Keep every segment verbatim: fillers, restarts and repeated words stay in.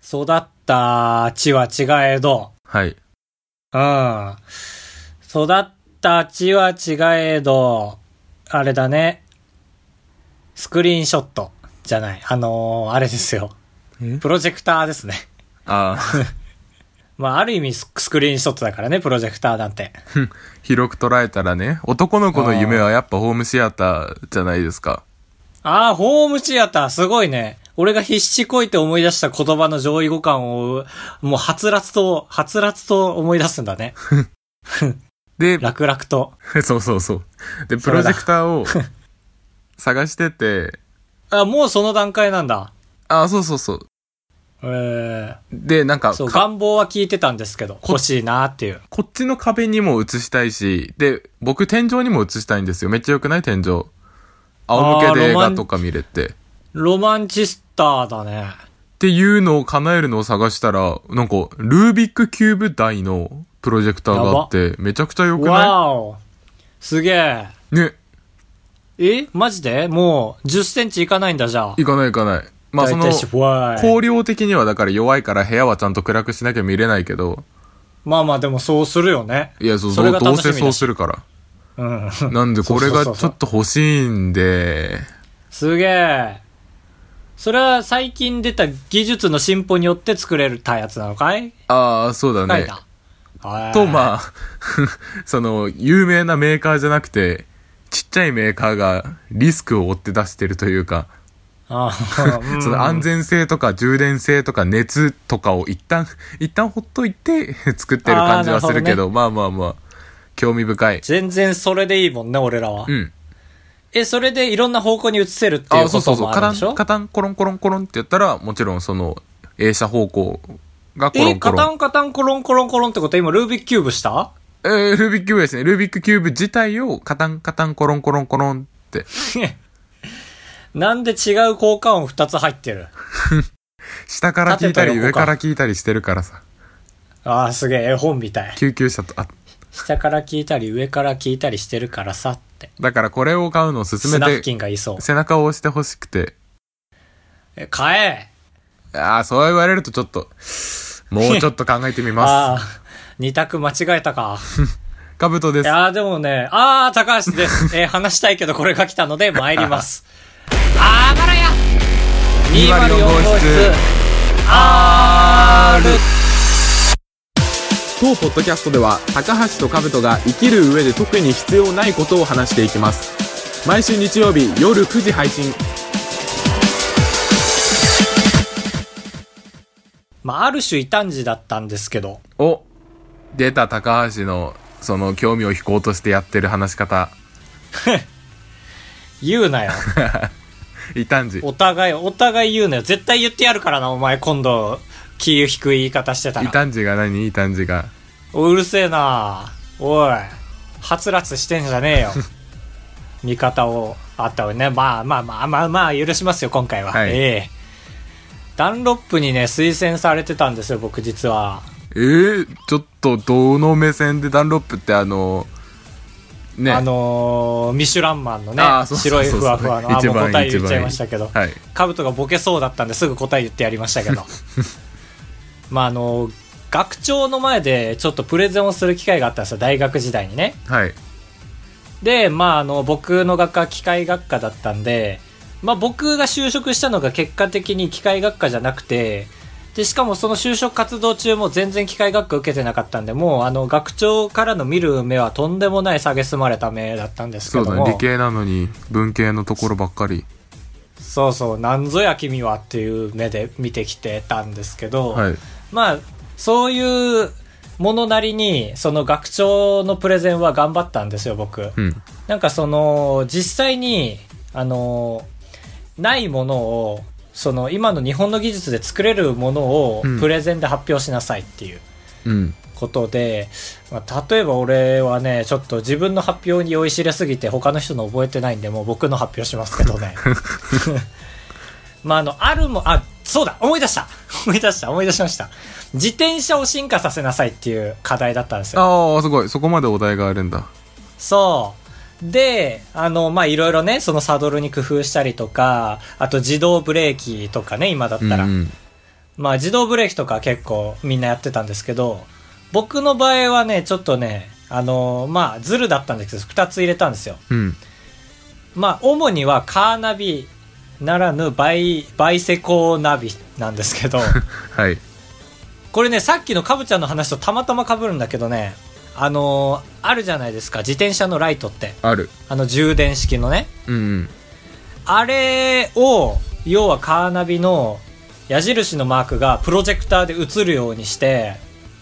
育った地は違えど。 はい。 うん。育った地は違えど、あれだね。スクリーンショットじゃない。あのー、あれですよ。プロジェクターですね。 ああ。 まあ、ある意味スクリーンショットだからね、プロジェクターなんて。 広く捉えたらね、男の子の夢はやっぱホームシアターじゃないですか。 ああ、ホームシアター、すごいね。俺が必死こいて思い出した言葉の上位互換を、もうはつらつと、はつらつと思い出すんだね。 で、 楽々と。 そうそうそう。で、プロジェクターを探してて。 あ、もうその段階なんだ。 あ、そうそうそう。 えー、 で、なんか、 そう、願望は聞いてたんですけど、欲しいなっていう。 こっちの壁にも映したいし、で、僕天井にも映したいんですよ。めっちゃ良くない天井。仰向けで映画とか見れて。 ロマンチスターだね。 っていうのを叶えるのを探したら、なんか、ルービックキューブ大のプロジェクターがあって、めちゃくちゃ良くない？ わお。すげえ。 ね。 え？マジで？もう、じゅっセンチいかないんだじゃあ。 いかないいかない。まあその、光量的にはだから弱いから部屋はちゃんと暗くしなきゃ見れないけど。 まあまあでもそうするよね。 いや、そう、それがどうせそうするから。うん。なんでこれがちょっと欲しいんで。 すげえ。それは最近出た技術の進歩によって作れたやつなのかい？ ああ、そうだね。と、まあ、その、有名なメーカーじゃなくて、ちっちゃいメーカーがリスクを負って出してるというか、あうん、その安全性とか充電性とか熱とかを一旦、一旦ほっといて作ってる感じはするけど、どね、まあまあまあ、興味深い。 全然それでいいもんね、俺らは。 うん。 え、それでいろんな方向に移せるっていうこともあるでしょ？あ、そうそうそう。カタン、カタンコロンコロンコロンってやったら、もちろんその、映写方向がコロンコロン。 え、カタンカタンコロンコロンコロンってことは今ルービックキューブした？ えー、ルービックキューブですね。ルービックキューブ自体をカタンカタンコロンコロンコロンって。 なんで違う効果音二つ入ってる？ 下から聞いたり上から聞いたりしてるからさ。 ああ、すげえ絵本みたい。 救急車と、あ、 下から聞いたり上から聞いたりしてるからさって。 だからこれを買うのを勧めて、スナフキンがいそう。 背中を押してほしくて。 え、買え。 ああ、そう言われるとちょっと、もうちょっと考えてみます。ああ、 二択間違えたか。 カブトです。 いやーでもね、あー、高橋です。えー、話したいけどこれが来たので参ります。あばらやにーまるよん号室 R。 当ポッドキャストでは高橋とカブトが生きる上で特に必要ないことを話していきます。毎週日曜日夜くじ配信。 まあ、ある種異端児だったんですけど。 お、出た高橋のその興味を引こうとしてやってる話し方。 言うなよ。 異端児。 お互い、お互い言うなよ。絶対言ってやるからな、お前今度、気を引く言い方してたら。 異端児が何？異端児が。 うるせえな。おい。はつらつしてんじゃねえよ。味方をあったわね。まあまあまあまあまあ、許しますよ、今回は。はい、ええダンロップにね、推薦されてたんですよ、僕実は。 えー、ちょっと、どの目線でダンロップってあの、ね。 あのー、ミシュランマンのね、そうそうそうそう、白いふわふわの、あ、もう答え言っちゃいましたけど、はい、カブトがボケそうだったんですぐ答え言ってやりましたけど。まああのー、学長の前でちょっとプレゼンをする機会があったんですよ、大学時代にね。 はい。 で、まああの、僕の学科は機械学科だったんで、まあ僕が就職したのが結果的に機械学科じゃなくて、で、しかもその就職活動中も全然機械学科受けてなかったんで、もうあの学長からの見る目はとんでもない蔑まれた目だったんですけども。 そうだね、理系なのに文系のところばっかり。 そうそう、なんぞや君はっていう目で見てきてたんですけど、はい、まあ、そういうものなりに、その学長のプレゼンは頑張ったんですよ、僕。うん、なんかその、実際に、あの、ないものをその今の日本の技術で作れるものをプレゼンで発表しなさいっていうことで、うんまあ、例えば俺はねちょっと自分の発表に酔いしれすぎて他の人の覚えてないんでもう僕の発表しますけどね。まああのあるもあそうだ思い出した思い出した思い出しました。自転車を進化させなさいっていう課題だったんですよ。 ああすごいそこまでお題があるんだ。 そうで、あの、まあ、いろいろね、そのサドルに工夫したりとか、あと自動ブレーキとかね、今だったら。うんうん、 まあ自動ブレーキとか結構みんなやってたんですけど、僕の場合はね、ちょっとね、あのー、まあズルだったんですけど、ふたつ入れたんですよ。 うん。 まあ主にはカーナビならぬバイ、バイセコナビなんですけど、 はい。 これね、さっきのカブちゃんの話とたまたま被るんだけどね、あのー、あるじゃないですか、自転車のライトって。 ある。 あの充電式のね。 うんうん。 あれを、要はカーナビの矢印のマークがプロジェクターで映るようにして、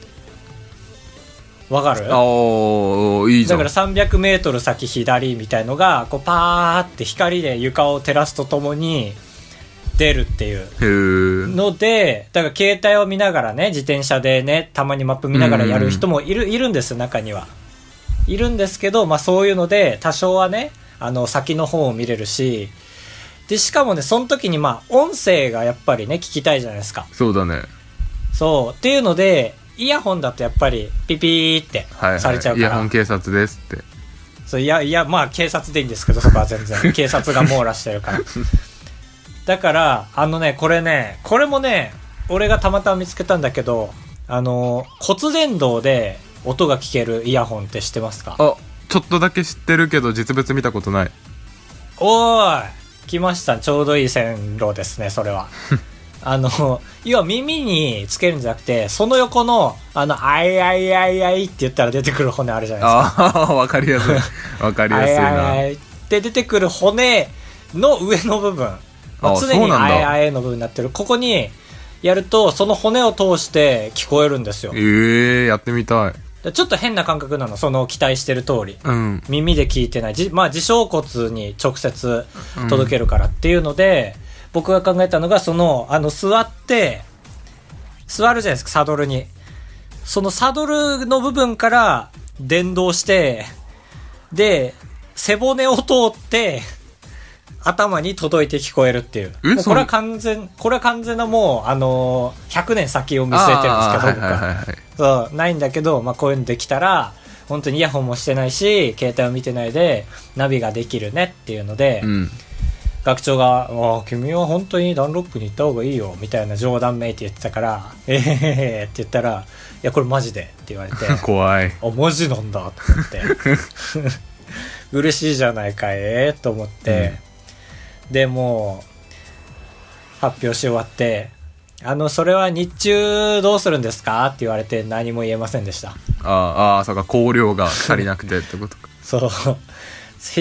わかる？ ああ、いいじゃん。 だからさんびゃくメートル先左みたいのが、こうパーって光で床を照らすとともに出るっていうので、だから携帯を見ながらね、自転車でね、たまにマップ見ながらやる人もいる、いるんですよ、中には。いるんですけど、まあそういうので、多少はね、あの、先の方を見れるし、で、しかもね、その時にまあ、音声がやっぱりね、聞きたいじゃないですか。 そうだね。 そう。っていうので、イヤホンだとやっぱり、ピピーってされちゃうから。はいはい、 イヤホン警察ですって。 そう、いや、いや、まあ、警察でいいんですけど、そこは全然。警察が網羅してるから。だから、あのね、これね、これもね、俺がたまたま見つけたんだけど、あの、骨伝導で音が聞けるイヤホンって知ってますか？ あ、ちょっとだけ知ってるけど、実物見たことない。 おーい、来ました。ちょうどいい線路ですね、それは。あの、要は耳につけるんじゃなくて、その横の、あの、あいあいあいあいって言ったら出てくる骨あるじゃないですか。 ああ、わかりやすい。わかりやすいな。あいあいあいって出てくる骨の上の部分。まあ、常にあいあいの部分になってる。ここにやると、その骨を通して聞こえるんですよ。 ええー、やってみたい。 ちょっと変な感覚なの、その期待してる通り。 うん、 耳で聞いてない。じまあ、自小骨に直接届けるからっていうので、うん、僕が考えたのが、その、あの、座って、座るじゃないですか、サドルに。そのサドルの部分から電動して、で、背骨を通って、頭に届いて聞こえるっていう。もうこれは完全、これは完全なもう、あのー、ひゃくねん先を見据えてるんですけど、僕は。はいはいはい、そう、ないんだけど、まあ、こういうのできたら、本当にイヤホンもしてないし、携帯を見てないで、ナビができるねっていうので、うん、学長が、あ、君は本当にダンロップに行った方がいいよ、みたいな冗談めいて言ってたから、えへへへって言ったら、いや、これマジでって言われて、 怖い。 あ、マジなんだと思って。嬉しいじゃないか、えー、と思って、うん、で、もう、発表し終わって、あの、それは日中どうするんですかって言われて何も言えませんでした。 ああ、そうか、光量が足りなくてってことか。 そう。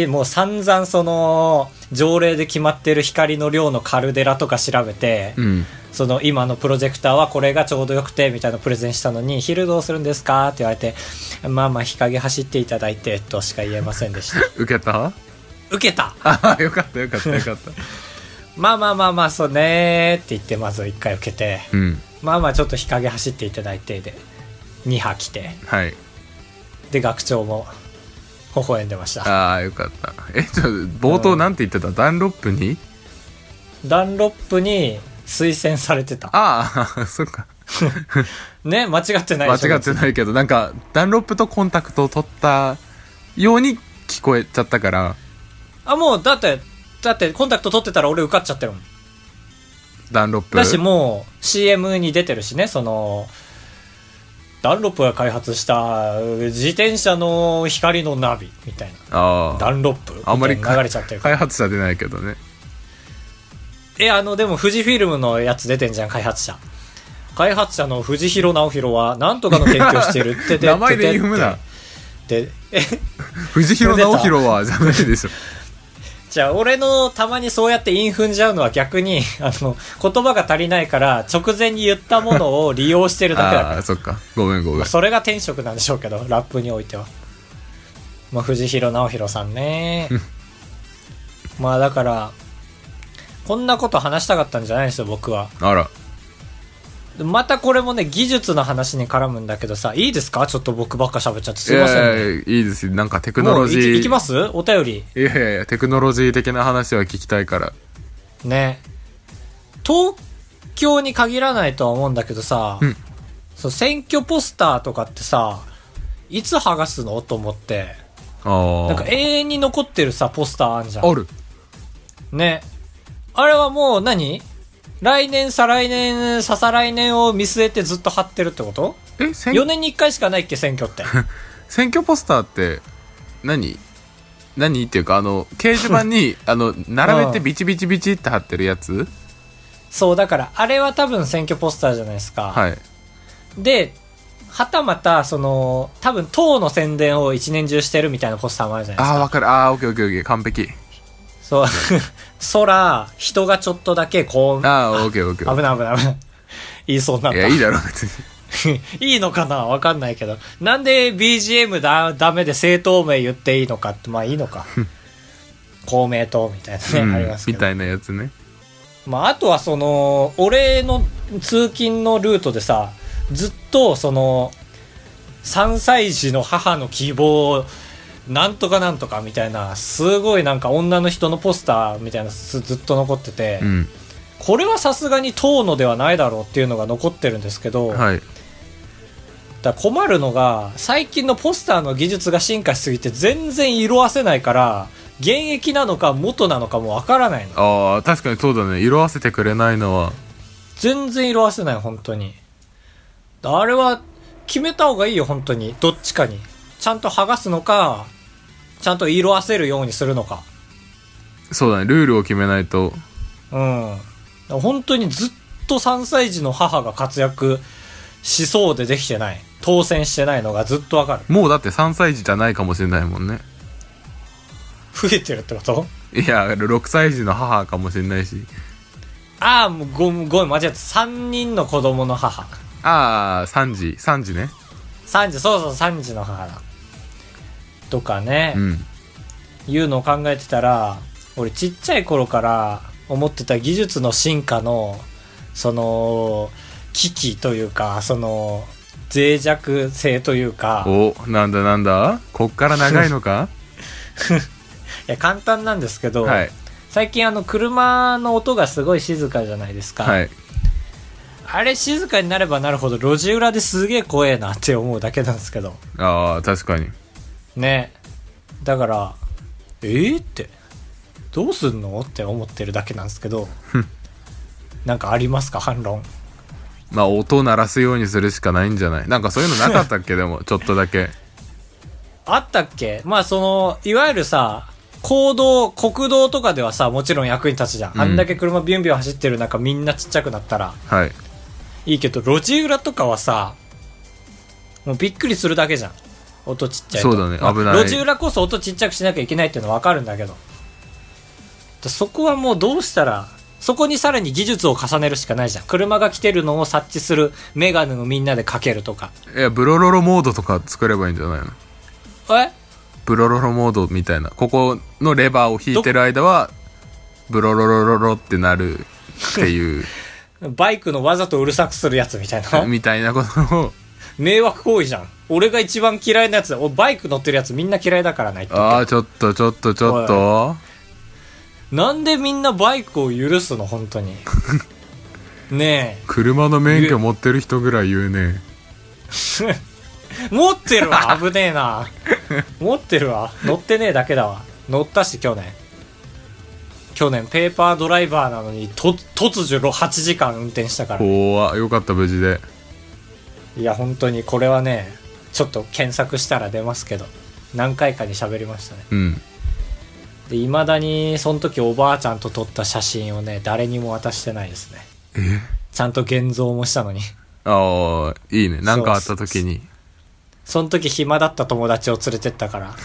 もう散々その、条例で決まってる光の量のカルデラとか調べて、うん、その今のプロジェクターはこれがちょうどよくて、みたいなプレゼンしたのに、昼どうするんですかって言われて、まあまあ日陰走っていただいて、としか言えませんでした。 受けた？ 受けた。 ああ、よかったよかったよかった。 まあまあまあまあ、そうねーって言って、まず一回受けて、 うん、 まあまあちょっと日陰走っていただいて、で、に波来て、 はい。 で、学長も、微笑んでました。 ああ、よかった。え、ちょ、冒頭なんて言ってた、うん、ダンロップにダンロップに推薦されてた。 ああ、そっか。 ね、間違ってないでしょ。間違ってないけど、なんか、ダンロップとコンタクトを取ったように聞こえちゃったから。 あ、もう、だって、だってコンタクト取ってたら俺受かっちゃってるもん。 ダンロップだし、もう シーエム に出てるしね、そのダンロップが開発した自転車の光のナビみたいな。 あダンロップあんまり流れちゃってる開発者出ないけどね。 え、あのでも富士フィルムのやつ出てんじゃん、開発者。開発者の藤広直弘はなんとかの研究してるって名前で言うな。 で、え藤広直弘はじゃないでしょ。 じゃあ俺のたまにそうやって韻踏んじゃうのは逆にあの言葉が足りないから直前に言ったものを利用してるだけだから。 ああ、そっか、ごめんごめん、まあ、 それが天職なんでしょうけど、ラップにおいては。まあ藤広直弘さんね。まあだからこんなこと話したかったんじゃないですよ、僕は。 あら。 またこれもね、技術の話に絡むんだけどさ、いいですか？ちょっと僕ばっか喋っちゃってすいませんね。いやいやいいですよ。なんかテクノロジー。 いきますお便り。 いやいやいや、テクノロジー的な話は聞きたいから。 ね。東京に限らないとは思うんだけどさ、うん、そう選挙ポスターとかってさ、いつ剥がすのと思って。 ああ。 なんか永遠に残ってるさ、ポスターあんじゃん。 ある。 ね。あれはもう何来年再来年ささ来年を見据えてずっと貼ってるってこと？えよねんにいっかいしかないっけ選挙って選挙ポスターって何何っていうかあの掲示板にあの並べてビチビチビチって貼ってるやつ？ そうだからあれは多分選挙ポスターじゃないですか。 はい。 ではたまたその多分党の宣伝を一年中してるみたいなポスターもあるじゃないですか。 ああ分かる。ああオッケーオッケーオッケー完璧。 そう空人がちょっとだけこうああオッケーオッケー。 危ない危ない危ない言いそうになった。 いやいいだろ別にいいのかなわかんないけどなんで ビージーエム だダメで政党名言っていいのかってまあいいのか公明党みたいなね、うん、ありますけどみたいなやつね。 まああとはその俺の通勤のルートでさずっとそのさんさい児の母の希望なんとかなんとかみたいなすごいなんか女の人のポスターみたいなずっと残ってて、うん、これはさすがに党のではないだろうっていうのが残ってるんですけど、 はい、 だ困るのが最近のポスターの技術が進化しすぎて全然色あせないから現役なのか元なのかもわからないの。ああ確かにそうだね。色あせてくれないのは全然色あせない本当に。あれは決めた方がいいよ本当に。どっちかにちゃんと剥がすのかちゃんと色あせるようにするのか。 そうだねルールを決めないと。 うん本当にずっとさんさい児の母が活躍しそうでできてない当選してないのがずっとわかる。 もうだってさんさい児じゃないかもしれないもんね。 増えてるってこと？ いやろくさい児の母かもしれないし。 ああもうごめんごめん間違えた。さんにんの子供の母。 ああさんじさんじね。 さんじそうそうさんじの母だとかね、うん、いうのを考えてたら俺ちっちゃい頃から思ってた技術の進化のその危機というかその脆弱性というか。 おなんだなんだこっから長いのかいや簡単なんですけど、 はい、 最近あの車の音がすごい静かじゃないですか、 はい、 あれ静かになればなるほど路地裏ですげえ怖えなって思うだけなんですけど。 ああ確かにね。だからえー、ってどうすんのって思ってるだけなんですけどなんかありますか反論。 まあ音を鳴らすようにするしかないんじゃない。なんかそういうのなかったっけでもちょっとだけあったっけ。まあそのいわゆるさ公道国道とかではさもちろん役に立つじゃん、うん、あんだけ車ビュンビュン走ってる中みんなちっちゃくなったら、 はい、 いいけど路地裏とかはさもうびっくりするだけじゃん音ちっちゃいと。 そうだね危ない、まあ、路地裏こそ音ちっちゃくしなきゃいけないっていうのは分かるんだけどそこはもうどうしたらそこにさらに技術を重ねるしかないじゃん。車が来てるのを察知するメガネをみんなでかけるとか。 いやブロロロモードとか作ればいいんじゃないの。 えブロロロモードみたいなここのレバーを引いてる間はブロロロロロってなるっていうバイクのわざとうるさくするやつみたいなみたいなことを迷惑行為じゃん。俺が一番嫌いなやつだ。俺バイク乗ってるやつみんな嫌いだからないって。 ああちょっとちょっとちょっとなんでみんなバイクを許すの本当にねえ車の免許持ってる人ぐらい言うね持ってるわ危ねえな持ってるわ乗ってねえだけだわ。乗ったし去年去年ペーパードライバーなのにと突如はちじかん運転したから。 怖っよかった無事で。 いや本当にこれはねちょっと検索したら出ますけど何回かに喋りましたね。 うんで未だにその時おばあちゃんと撮った写真をね誰にも渡してないですね。 えちゃんと現像もしたのに。 ああいいね。なんかあった時にそ, その時暇だった友達を連れてったから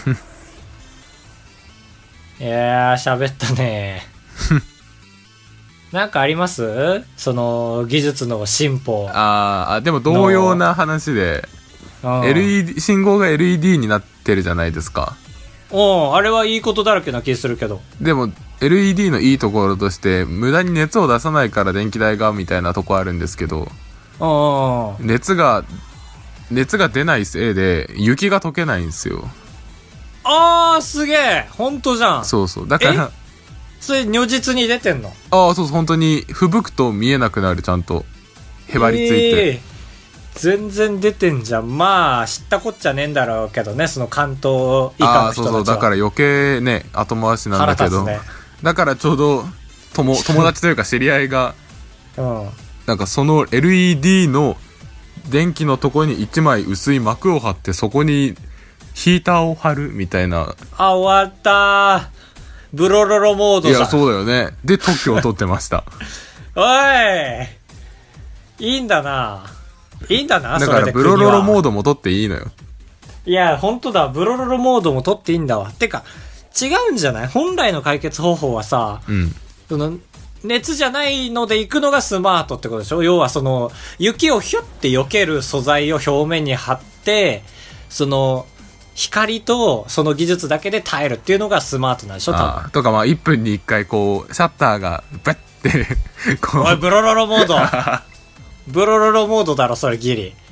いやー喋ったねなんかありますその技術の進歩。 ああでも同様な話で エルイーディー 信号が エルイーディー になってるじゃないですか。 おあれはいいことだらけな気するけど。 でも エルイーディー のいいところとして無駄に熱を出さないから電気代がみたいなとこあるんですけど、熱が熱が出ないせいで雪が溶けないんですよ。 あーすげえ本当じゃん。 そうそうだからそれ如実に出てんの。 ああそうそう本当に吹雪くと見えなくなる。ちゃんとへばりついて、えー、 全然出てんじゃん。まあ知ったこっちゃねえんだろうけどねその関東以下の人たちは。あそうそうだから余計ね後回しなんだけど、ね、だからちょうど友友達というか知り合いがうん。 なんかその エルイーディー の電気のとこにいちまい薄い膜を貼ってそこにヒーターを貼るみたいな。 あ、終わったー。ブロロロモードじゃん。 いや、そうだよね。で、特許を取ってました。 おいいいんだな。いいんだな、 だからブロロロモードも取っていいのよ。 いや、ほんとだ。ブロロロモードも取っていいんだわ。てか、違うんじゃない？本来の解決方法はさ、 うん。 その、熱じゃないので行くのがスマートってことでしょ？要はその、雪をヒュッて避ける素材を表面に貼って、その、光とその技術だけで耐えるっていうのがスマートなんでしょ？多分。 ああ、とかまあいっぷんにいっかいこう、シャッターがバッて、こう。 おい、ブロロロモードブロロロモードだろ、それギリ。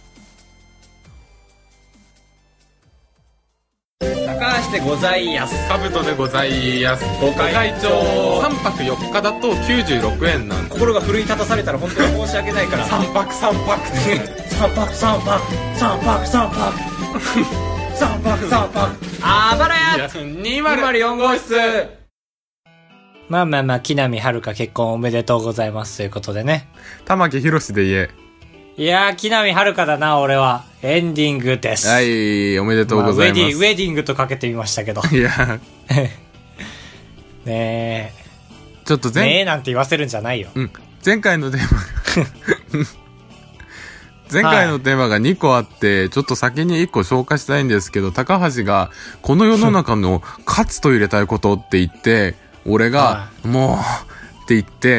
高橋でございやす。 カブトでございやす。ご会長。さんぱくよっかだときゅうじゅうろくえんなんで。 心が奮い立たされたら本当に申し訳ないから。 さんぱくさんぱくって。 さんぱくさんぱく。さんぱくさんぱく。さんぱくさんぱく。あばらやにまるよん号室。まあまあまあ、木南遥結婚おめでとうございますということでね。 玉木宏で言え。 いやー、木南遥だな、俺は。エンディングです。 はい、おめでとうございます。 まあ、ウェディ、ウェディングとかけてみましたけど。 いや。 ねえ。 ちょっと前、 ねえなんて言わせるんじゃないよ。 うん。前回のテーマ前回のテーマがにこあって、はい、ちょっと先にいっこ消化したいんですけど、高橋が、この世の中の勝つと入れたいことって言って、俺が、はい、もう、って言って、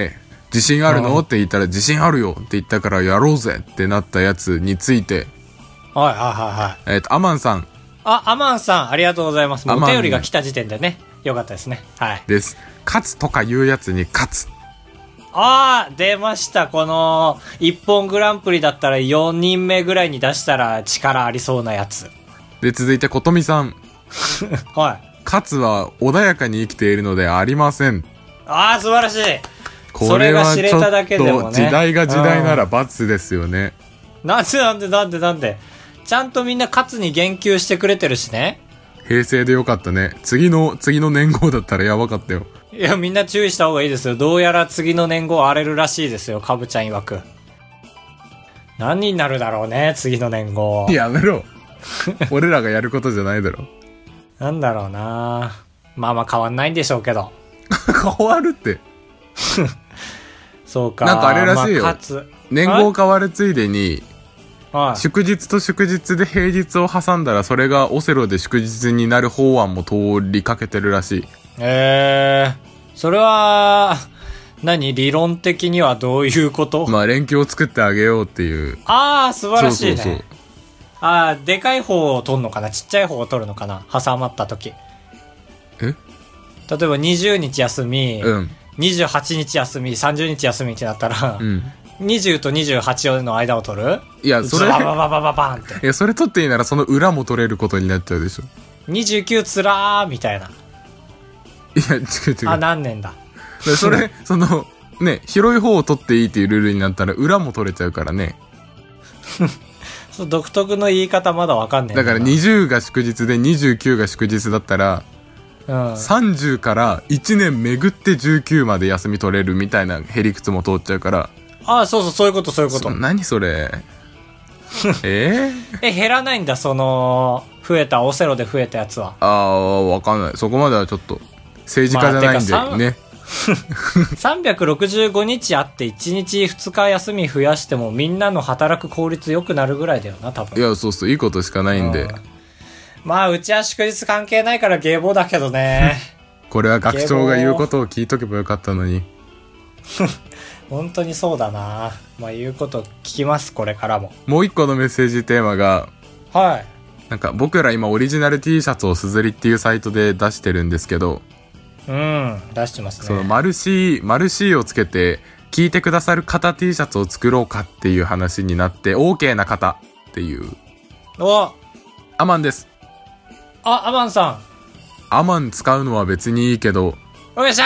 自信あるの、うん、って言ったら、自信あるよって言ったからやろうぜってなったやつについて。 はいはいはいはい。 えっと、アマンさん。 あ、アマンさん、ありがとうございます。もうお便りが来た時点でね、よかったですね。はい。 です。勝つとか言うやつに勝つ。 ああ、出ました。この、一本グランプリだったらよにんめぐらいに出したら力ありそうなやつ。 で、続いて、ことみさん。 はい。 勝つは穏やかに生きているのでありません。 ああ、素晴らしい。 これはちょっと時代が時代なら罰ですよね。 なんでなんでなんでなんで。ちゃんとみんな勝つに言及してくれてるしね。 平成でよかったね。次の、次の年号だったらやばかったよ。 いや、みんな注意した方がいいですよ。どうやら次の年号荒れるらしいですよ。かぶちゃん曰く。何になるだろうね、次の年号。 やめろ。俺らがやることじゃないだろ。 なんだろうな。まあまあ変わんないんでしょうけど。 変わるって。 そうか。 なんかあれらしいよ。 まあ、勝つ。 年号変わるついでに、 はい、 祝日と祝日で平日を挟んだらそれがオセロで祝日になる法案も通りかけてるらしい。 えー、それは何理論的にはどういうこと？ まあ連休を作ってあげようっていう。 ああ、素晴らしいね。 そうそうそう。 ああ、でかい方を取るのかな、ちっちゃい方を取るのかな、挟まった時。 え？ 例えばにじゅうにち休み、 うん、 にじゅうはちにち休み、さんじゅうにち休みってなったら、 うん、 にじゅうとにじゅうはちの間を取る？ いや、それ、 ババババババンって。 いや、それ取っていいならその裏も取れることになっちゃうでしょ。 にじゅうきゅうつらーみたいな。 いや、違う違う。 あ、何年だ。 でそれ、その、ね、広い方を取っていいっていうルールになったら裏も取れちゃうからね。 そう独特の言い方まだわかんねえ。 だからにじゅうが祝日でにじゅうきゅうが祝日だったら、うん、さんじゅうからいちねん巡ってじゅうきゅうまで休み取れるみたいなへりくつも通っちゃうから。 ああ、そうそう、そういうこと、そういうこと。 何それ。えー、 え、減らないんだ、その、増えた、オセロで増えたやつは。 ああ、わかんない。そこまではちょっと、政治家じゃないんで、まあ、ね。 さんびゃくろくじゅうごにちあっていちにちふつか休み増やしてもみんなの働く効率良くなるぐらいだよな、多分。 いや、そうそう、いいことしかないんで。うん、 まあ、うちは祝日関係ないからゲーボーだけどね。 これは学長が言うことを聞いとけばよかったのに。 本当にそうだな。まあ、言うこと聞きます、これからも。 もう一個のメッセージテーマが、 はい。 なんか僕ら今オリジナル T シャツをすずりっていうサイトで出してるんですけど、 うん、出してますね。 そのマルシー、マルシーをつけて聞いてくださる方 T シャツを作ろうかっていう話になって OK な方っていう。 おアマンです。 あ、アマンさん。 アマン使うのは別にいいけど、 おいしゃ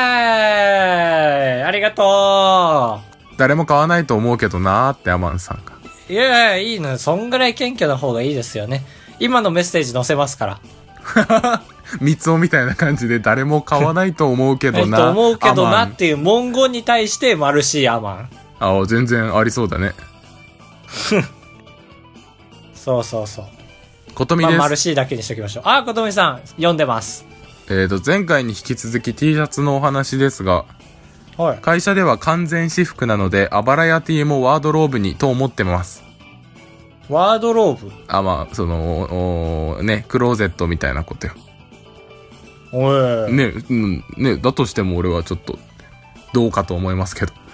ーい、ありがとう。誰も買わないと思うけどなーってアマンさんが。 いやいや、いいの。そんぐらい謙虚な方がいいですよね。今のメッセージ載せますから。 三つおみたいな感じで誰も買わないと思うけどな。 と思うけどなっていう文言に対してマルシーアマン。 ああ、全然ありそうだね。 そうそうそう。 ことみです。 まあ、マルシーだけにしときましょう。あ、ことみさん、読んでます。 えーと、前回に引き続き T シャツのお話ですが、 はい、 会社では完全私服なので、あばらや T もワードローブにと思ってます。 ワードローブ？ あ、まあ、その、ね、クローゼットみたいなことよ。 おい。 ね、うん、ね、だとしても俺はちょっと、どうかと思いますけど。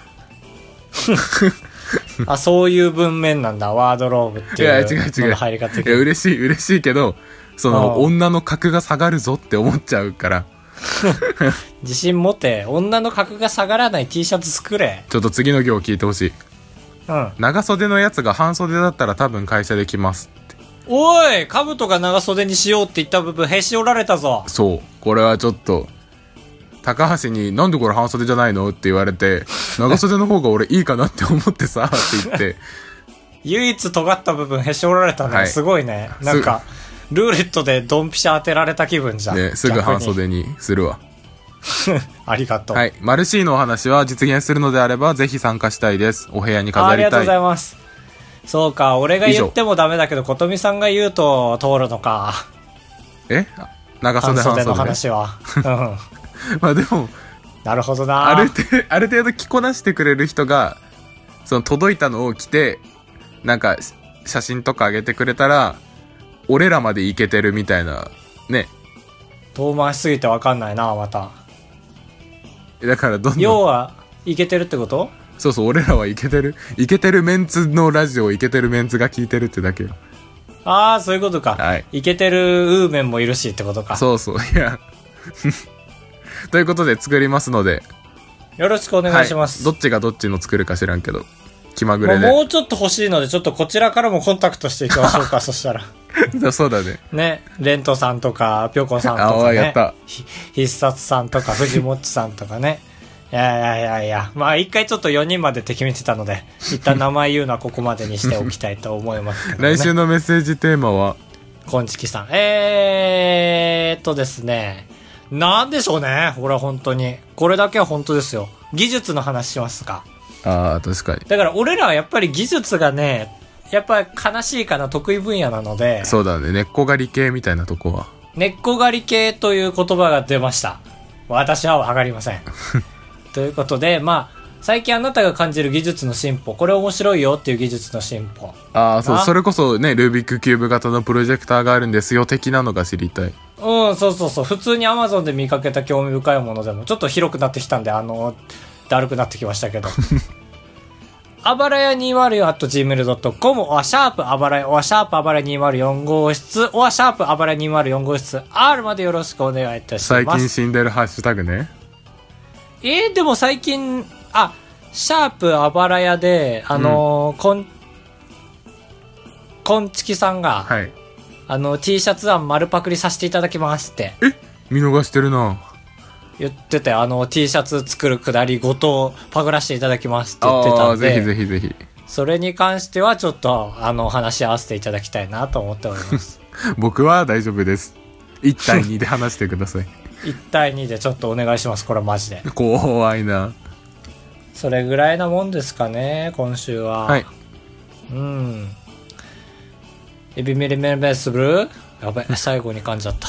あ、そういう文面なんだ、ワードローブっていう。いや、違う違う。入り方的に。 いや、嬉しい、嬉しいけど、その、女の格が下がるぞって思っちゃうから。 自信持って、女の格が下がらない T シャツ作れ。 ちょっと次の行を聞いてほしい。 うん。 長袖のやつが半袖だったら多分会社で着ますって。 おい、兜が長袖にしようって言った部分へし折られたぞ。 そう。これはちょっと、高橋になんでこれ半袖じゃないのって言われて、長袖の方が俺いいかなって思ってさ、って言って。 唯一尖った部分へし折られたの、はい、すごいね。なんか、ルーレットでドンピシャ当てられた気分じゃん。 ね、すぐ半袖にするわ。 ありがとう。 はい。マルシーのお話は実現するのであれば、ぜひ参加したいです。お部屋に飾りたい。ありがとうございます。そうか、俺が言ってもダメだけど、ことみさんが言うと通るのか。 え長袖半袖の話は。うん。 まあでも、 なるほどな。 ある程度、ある程度着こなしてくれる人が、その届いたのを着て、なんか、写真とか上げてくれたら、俺らまでいけてるみたいな、ね。 遠回しすぎてわかんないな、また。 だからどんどん。 要は、いけてるってこと？ そうそう、俺らはいけてる。いけてるメンツのラジオをいけてるメンツが聞いてるってだけよ。 ああ、そういうことか。 はい。 いけてるウーメンもいるしってことか。 そうそう、いや。ということで作りますので。 よろしくお願いします。 はい、どっちがどっちの作るか知らんけど。気まぐれで。 もうちょっと欲しいので、ちょっとこちらからもコンタクトしていきましょうか、そしたら。 そうだね。 ね、レントさんとか、ぴょこさんとかね。 あ、やった。 必殺さんとか、藤もっちさんとかね。いやいやいやいや。まあ一回ちょっとよにんまで敵見てたので、一旦名前言うのはここまでにしておきたいと思いますけど、ね。 来週のメッセージテーマはこんちきさん。えーっとですね。なんでしょうね。これは本当に。これだけは本当ですよ。技術の話しますか。 ああ、確かに。 だから俺らはやっぱり技術がね、やっぱり悲しいかな、得意分野なので。 そうだね。根っこ狩り系みたいなとこは。 根っこ狩り系という言葉が出ました。私はわかりません。ということで、まあ、最近あなたが感じる技術の進歩、これ面白いよっていう技術の進歩。 ああ、そう、それこそね、ルービックキューブ型のプロジェクターがあるんですよ、的なのが知りたい。 うん、そうそうそう。普通に Amazon で見かけた興味深いものでも、ちょっと広くなってきたんで、あの、だるくなってきましたけど。あばらや にまるよん アット ジーメール ドット コム おシャープあばらや、おシャープあばらやにまるよん号室、おシャープあばらやにまるよん号室 R までよろしくお願いいたします。 最近死んでるハッシュタグね。 えー、でも最近、あ、シャープあばらやで、あのー、うん、こん、こんちきさんが、 はい。 あの、T シャツ案丸パクリさせていただきますって。 え見逃してるな。 言ってて、あの、T シャツ作るくだりごとパクらせていただきますって言ってたんで。 ぜひぜひぜひ。 それに関してはちょっと、あの、話し合わせていただきたいなと思っております。 僕は大丈夫です。いち対にで話してください。 いち対にでちょっとお願いします。これマジで。 怖いな。 それぐらいなもんですかね、今週は。 はい。 うん。エビメリメメスブルーやべ、最後に噛んじゃった。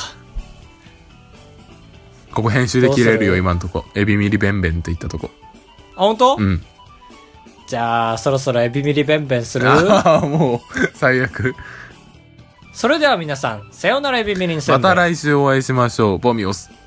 ここ編集で切れるよ、今んとこ。エビミリベンベンって言ったとこ。 あ、本当？ うん。 じゃあ、そろそろエビミリベンベンする？ ああ、もう、最悪。 それでは皆さん、さようならエビミリンせんべい。 また来週お会いしましょう。ボミオス。